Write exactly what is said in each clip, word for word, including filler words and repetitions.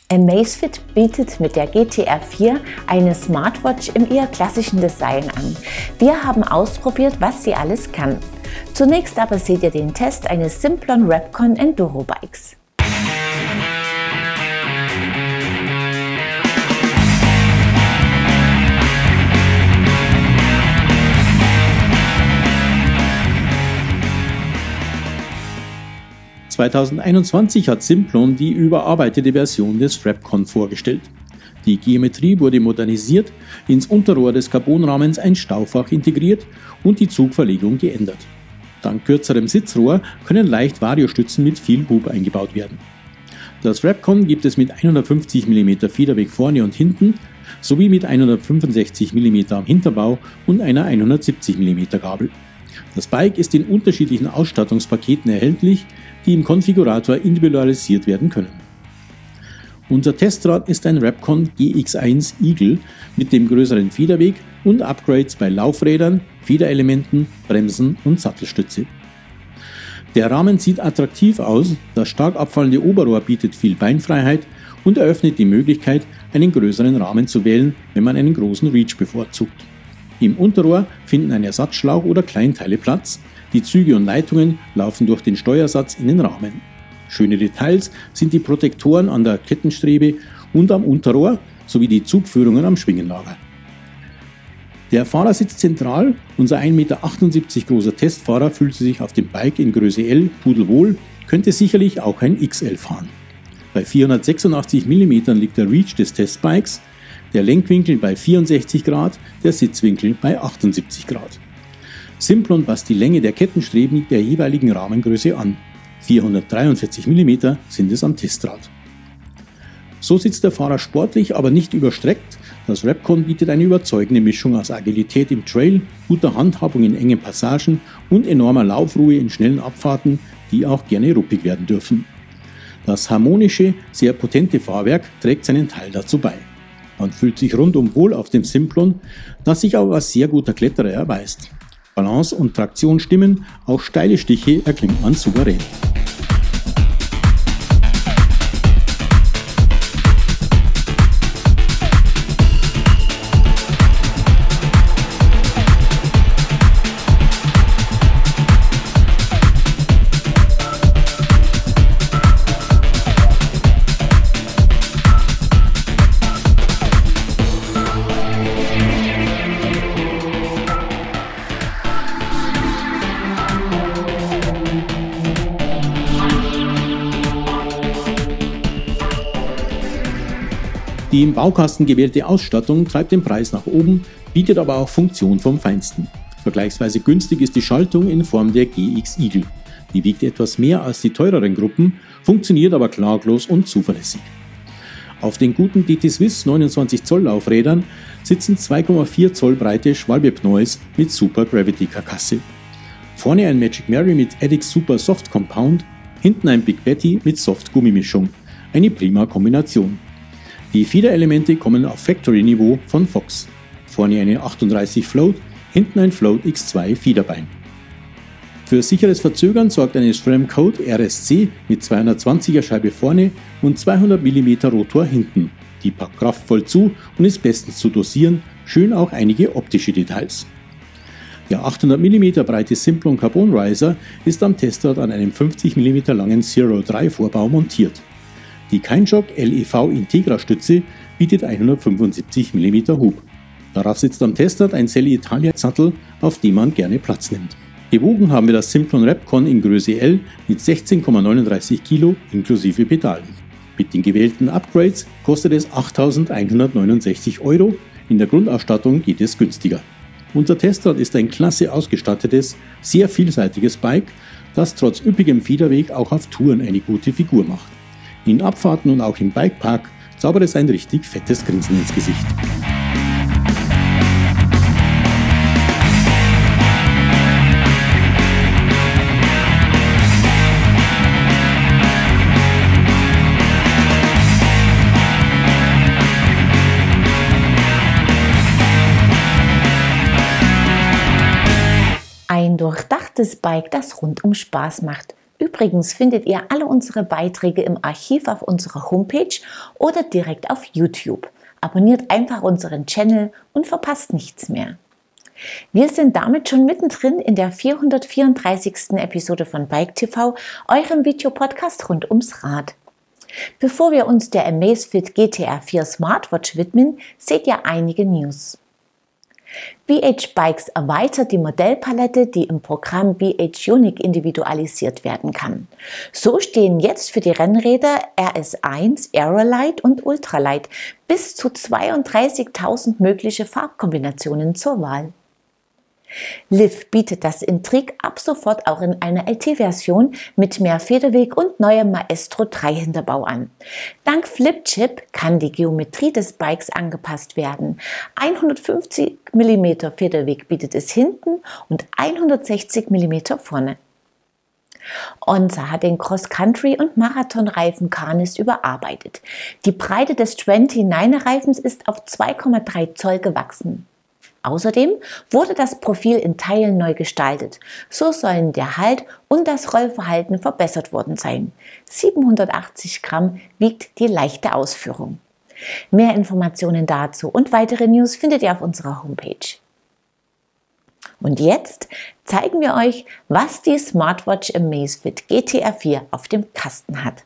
Amazfit bietet mit der G T R vier eine Smartwatch im eher klassischen Design an. Wir haben ausprobiert, was sie alles kann. Zunächst aber seht ihr den Test eines Simplon Repcon Enduro Bikes. zweitausendeinundzwanzig hat Simplon die überarbeitete Version des Repcon vorgestellt. Die Geometrie wurde modernisiert, ins Unterrohr des Carbonrahmens ein Staufach integriert und die Zugverlegung geändert. Dank kürzerem Sitzrohr können leicht Variostützen mit viel Hub eingebaut werden. Das Repcon gibt es mit hundertfünfzig Millimeter Federweg vorne und hinten sowie mit hundertfünfundsechzig Millimeter am Hinterbau und einer hundertsiebzig Millimeter Gabel. Das Bike ist in unterschiedlichen Ausstattungspaketen erhältlich, die im Konfigurator individualisiert werden können. Unser Testrad ist ein Repcon G X eins Eagle mit dem größeren Federweg und Upgrades bei Laufrädern, Federelementen, Bremsen und Sattelstütze. Der Rahmen sieht attraktiv aus, das stark abfallende Oberrohr bietet viel Beinfreiheit und eröffnet die Möglichkeit, einen größeren Rahmen zu wählen, wenn man einen großen Reach bevorzugt. Im Unterrohr finden ein Ersatzschlauch oder Kleinteile Platz. Die Züge und Leitungen laufen durch den Steuersatz in den Rahmen. Schöne Details sind die Protektoren an der Kettenstrebe und am Unterrohr sowie die Zugführungen am Schwingenlager. Der Fahrer sitzt zentral. Unser ein Meter achtundsiebzig großer Testfahrer fühlt sich auf dem Bike in Größe L pudelwohl, könnte sicherlich auch ein X L fahren. Bei vierhundertsechsundachtzig Millimeter liegt der Reach des Testbikes, der Lenkwinkel bei vierundsechzig Grad, der Sitzwinkel bei achtundsiebzig Grad. Simplon passt die Länge der Kettenstreben der jeweiligen Rahmengröße an. vierhundertdreiundvierzig Millimeter sind es am Testrad. So sitzt der Fahrer sportlich, aber nicht überstreckt. Das Repcon bietet eine überzeugende Mischung aus Agilität im Trail, guter Handhabung in engen Passagen und enormer Laufruhe in schnellen Abfahrten, die auch gerne ruppig werden dürfen. Das harmonische, sehr potente Fahrwerk trägt seinen Teil dazu bei. Man fühlt sich rundum wohl auf dem Simplon, das sich aber als sehr guter Kletterer erweist. Balance und Traktion stimmen, auch steile Stiche erklimmt man souverän. Die im Baukasten gewählte Ausstattung treibt den Preis nach oben, bietet aber auch Funktion vom Feinsten. Vergleichsweise günstig ist die Schaltung in Form der G X Eagle. Die wiegt etwas mehr als die teureren Gruppen, funktioniert aber klaglos und zuverlässig. Auf den guten D T Swiss neunundzwanzig Zoll Laufrädern sitzen zwei Komma vier Zoll breite Schwalbe-Pneus mit Super Gravity Karkasse. Vorne ein Magic Mary mit Addix Super Soft Compound, hinten ein Big Betty mit Soft Gummimischung. Eine prima Kombination. Die Federelemente kommen auf Factory-Niveau von Fox. Vorne eine achtunddreißig Float, hinten ein Float X zwei Fiederbein. Für sicheres Verzögern sorgt eine SRAM Code R S C mit zweihundertzwanziger Scheibe vorne und zweihundert Millimeter Rotor hinten. Die packt kraftvoll zu und ist bestens zu dosieren, schön auch einige optische Details. Der achthundert Millimeter breite Simplon Carbon Riser ist am Testrad an einem fünfzig Millimeter langen Zero drei Vorbau montiert. Die Keinschock L E V Integra Stütze bietet hundertfünfundsiebzig Millimeter Hub. Darauf sitzt am Testrad ein Selle Italia Sattel, auf dem man gerne Platz nimmt. Gewogen haben wir das Simplon Repcon in Größe L mit sechzehn Komma neununddreißig Kilo inklusive Pedalen. Mit den gewählten Upgrades kostet es achttausendeinhundertneunundsechzig Euro, in der Grundausstattung geht es günstiger. Unser Testrad ist ein klasse ausgestattetes, sehr vielseitiges Bike, das trotz üppigem Federweg auch auf Touren eine gute Figur macht. In Abfahrten und auch im Bikepark zaubert es ein richtig fettes Grinsen ins Gesicht. Ein durchdachtes Bike, das rundum Spaß macht. Übrigens findet ihr alle unsere Beiträge im Archiv auf unserer Homepage oder direkt auf YouTube. Abonniert einfach unseren Channel und verpasst nichts mehr. Wir sind damit schon mittendrin in der vierhundertvierunddreißigsten Episode von Bike T V, eurem Videopodcast rund ums Rad. Bevor wir uns der Amazfit G T R vier Smartwatch widmen, seht ihr einige News. B H Bikes erweitert die Modellpalette, die im Programm B H Unique individualisiert werden kann. So stehen jetzt für die Rennräder R S eins, Aerolite und Ultralight bis zu zweiunddreißigtausend mögliche Farbkombinationen zur Wahl. Liv bietet das Intrigue ab sofort auch in einer L T-Version mit mehr Federweg und neuem Maestro drei Hinterbau an. Dank Flipchip kann die Geometrie des Bikes angepasst werden. hundertfünfzig Millimeter Federweg bietet es hinten und hundertsechzig Millimeter vorne. Onza hat den Cross-Country- und Marathonreifen Canis überarbeitet. Die Breite des neunundzwanzig-Reifens ist auf zwei Komma drei Zoll gewachsen. Außerdem wurde das Profil in Teilen neu gestaltet. So sollen der Halt und das Rollverhalten verbessert worden sein. siebenhundertachtzig Gramm wiegt die leichte Ausführung. Mehr Informationen dazu und weitere News findet ihr auf unserer Homepage. Und jetzt zeigen wir euch, was die Smartwatch Amazfit G T R vier auf dem Kasten hat.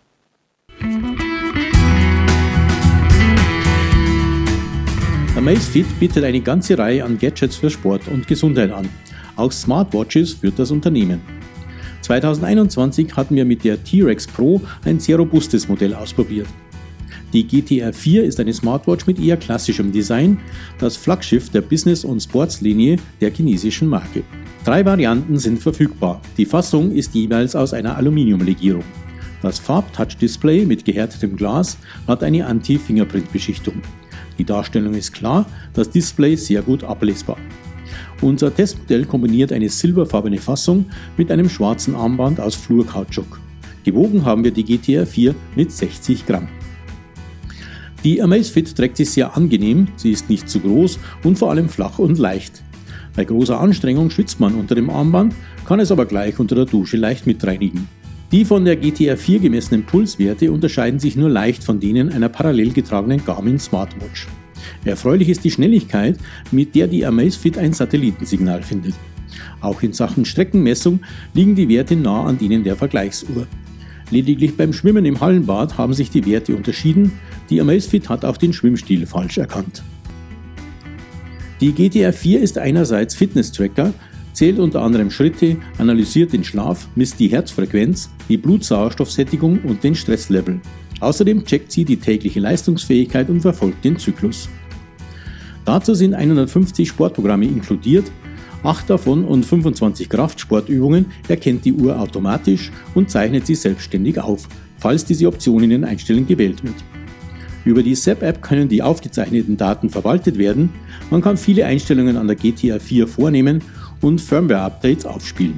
Amazfit bietet eine ganze Reihe an Gadgets für Sport und Gesundheit an. Auch Smartwatches führt das Unternehmen. zweitausendeinundzwanzig hatten wir mit der T-Rex Pro ein sehr robustes Modell ausprobiert. Die G T R vier ist eine Smartwatch mit eher klassischem Design, das Flaggschiff der Business- und Sportslinie der chinesischen Marke. Drei Varianten sind verfügbar. Die Fassung ist jeweils aus einer Aluminiumlegierung. Das Farb-Touch-Display mit gehärtetem Glas hat eine Anti-Fingerprint-Beschichtung. Die Darstellung ist klar, das Display sehr gut ablesbar. Unser Testmodell kombiniert eine silberfarbene Fassung mit einem schwarzen Armband aus Fluorkautschuk. Gewogen haben wir die G T R vier mit sechzig Gramm. Die Amazfit trägt sich sehr angenehm, sie ist nicht zu groß und vor allem flach und leicht. Bei großer Anstrengung schwitzt man unter dem Armband, kann es aber gleich unter der Dusche leicht mitreinigen. Die von der G T R vier gemessenen Pulswerte unterscheiden sich nur leicht von denen einer parallel getragenen Garmin Smartwatch. Erfreulich ist die Schnelligkeit, mit der die Amazfit ein Satellitensignal findet. Auch in Sachen Streckenmessung liegen die Werte nah an denen der Vergleichsuhr. Lediglich beim Schwimmen im Hallenbad haben sich die Werte unterschieden, die Amazfit hat auch den Schwimmstil falsch erkannt. Die G T R vier ist einerseits Fitness-Tracker, zählt unter anderem Schritte, analysiert den Schlaf, misst die Herzfrequenz, die Blutsauerstoffsättigung und den Stresslevel. Außerdem checkt sie die tägliche Leistungsfähigkeit und verfolgt den Zyklus. Dazu sind hundertfünfzig Sportprogramme inkludiert, acht davon und fünfundzwanzig Kraftsportübungen erkennt die Uhr automatisch und zeichnet sie selbstständig auf, falls diese Option in den Einstellungen gewählt wird. Über die S E P-App können die aufgezeichneten Daten verwaltet werden, man kann viele Einstellungen an der G T R vier vornehmen und Firmware-Updates aufspielen.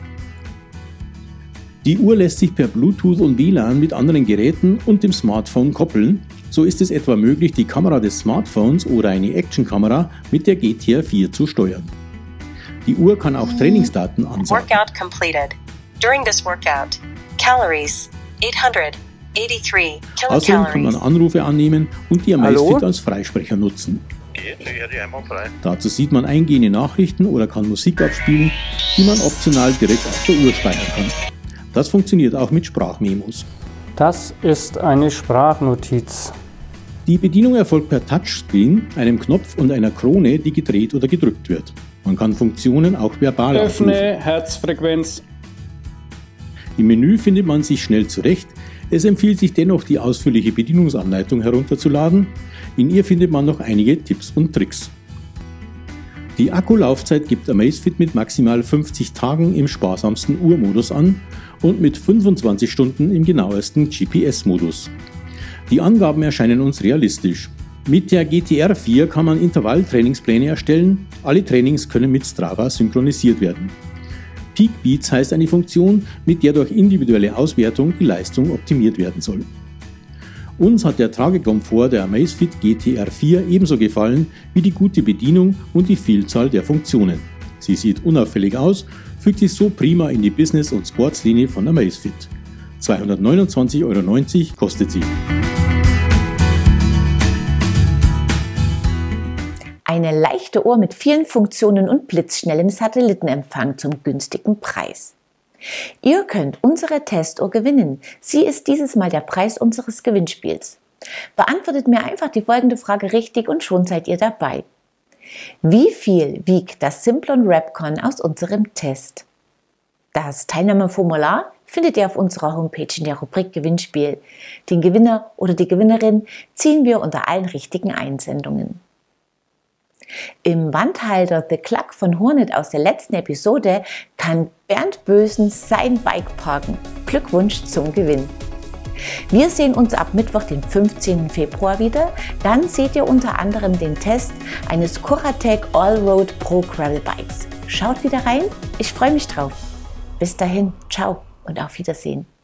Die Uhr lässt sich per Bluetooth und W L A N mit anderen Geräten und dem Smartphone koppeln. So ist es etwa möglich, die Kamera des Smartphones oder eine Actionkamera mit der G T R vier zu steuern. Die Uhr kann auch Trainingsdaten anzeigen. Workout completed. During this workout, calories achthundertachtzig Kilocalories. Außerdem kann man Anrufe annehmen und die Amazfit als Freisprecher nutzen. Dazu sieht man eingehende Nachrichten oder kann Musik abspielen, die man optional direkt auf der Uhr speichern kann. Das funktioniert auch mit Sprachmemos. Das ist eine Sprachnotiz. Die Bedienung erfolgt per Touchscreen, einem Knopf und einer Krone, die gedreht oder gedrückt wird. Man kann Funktionen auch verbal aufrufen. Öffne Herzfrequenz. Im Menü findet man sich schnell zurecht. Es empfiehlt sich dennoch, die ausführliche Bedienungsanleitung herunterzuladen. In ihr findet man noch einige Tipps und Tricks. Die Akkulaufzeit gibt Amazfit mit maximal fünfzig Tagen im sparsamsten Uhrmodus an und mit fünfundzwanzig Stunden im genauesten G P S-Modus. Die Angaben erscheinen uns realistisch. Mit der G T R vier kann man Intervalltrainingspläne erstellen. Alle Trainings können mit Strava synchronisiert werden. Peak Beats heißt eine Funktion, mit der durch individuelle Auswertung die Leistung optimiert werden soll. Uns hat der Tragekomfort der Amazfit G T R vier ebenso gefallen wie die gute Bedienung und die Vielzahl der Funktionen. Sie sieht unauffällig aus, fügt sich so prima in die Business- und Sportslinie von Amazfit. zweihundertneunundzwanzig Euro neunzig kostet sie. Eine leichte Uhr mit vielen Funktionen und blitzschnellem Satellitenempfang zum günstigen Preis. Ihr könnt unsere Testuhr gewinnen. Sie ist dieses Mal der Preis unseres Gewinnspiels. Beantwortet mir einfach die folgende Frage richtig und schon seid ihr dabei. Wie viel wiegt das Simplon Repcon aus unserem Test? Das Teilnahmeformular findet ihr auf unserer Homepage in der Rubrik Gewinnspiel. Den Gewinner oder die Gewinnerin ziehen wir unter allen richtigen Einsendungen. Im Wandhalter The Cluck von Hornet aus der letzten Episode kann Bernd Bösen sein Bike parken. Glückwunsch zum Gewinn! Wir sehen uns ab Mittwoch, den fünfzehnten Februar wieder. Dann seht ihr unter anderem den Test eines Coratec Allroad Pro Gravel Bikes. Schaut wieder rein, ich freue mich drauf. Bis dahin, ciao und auf Wiedersehen.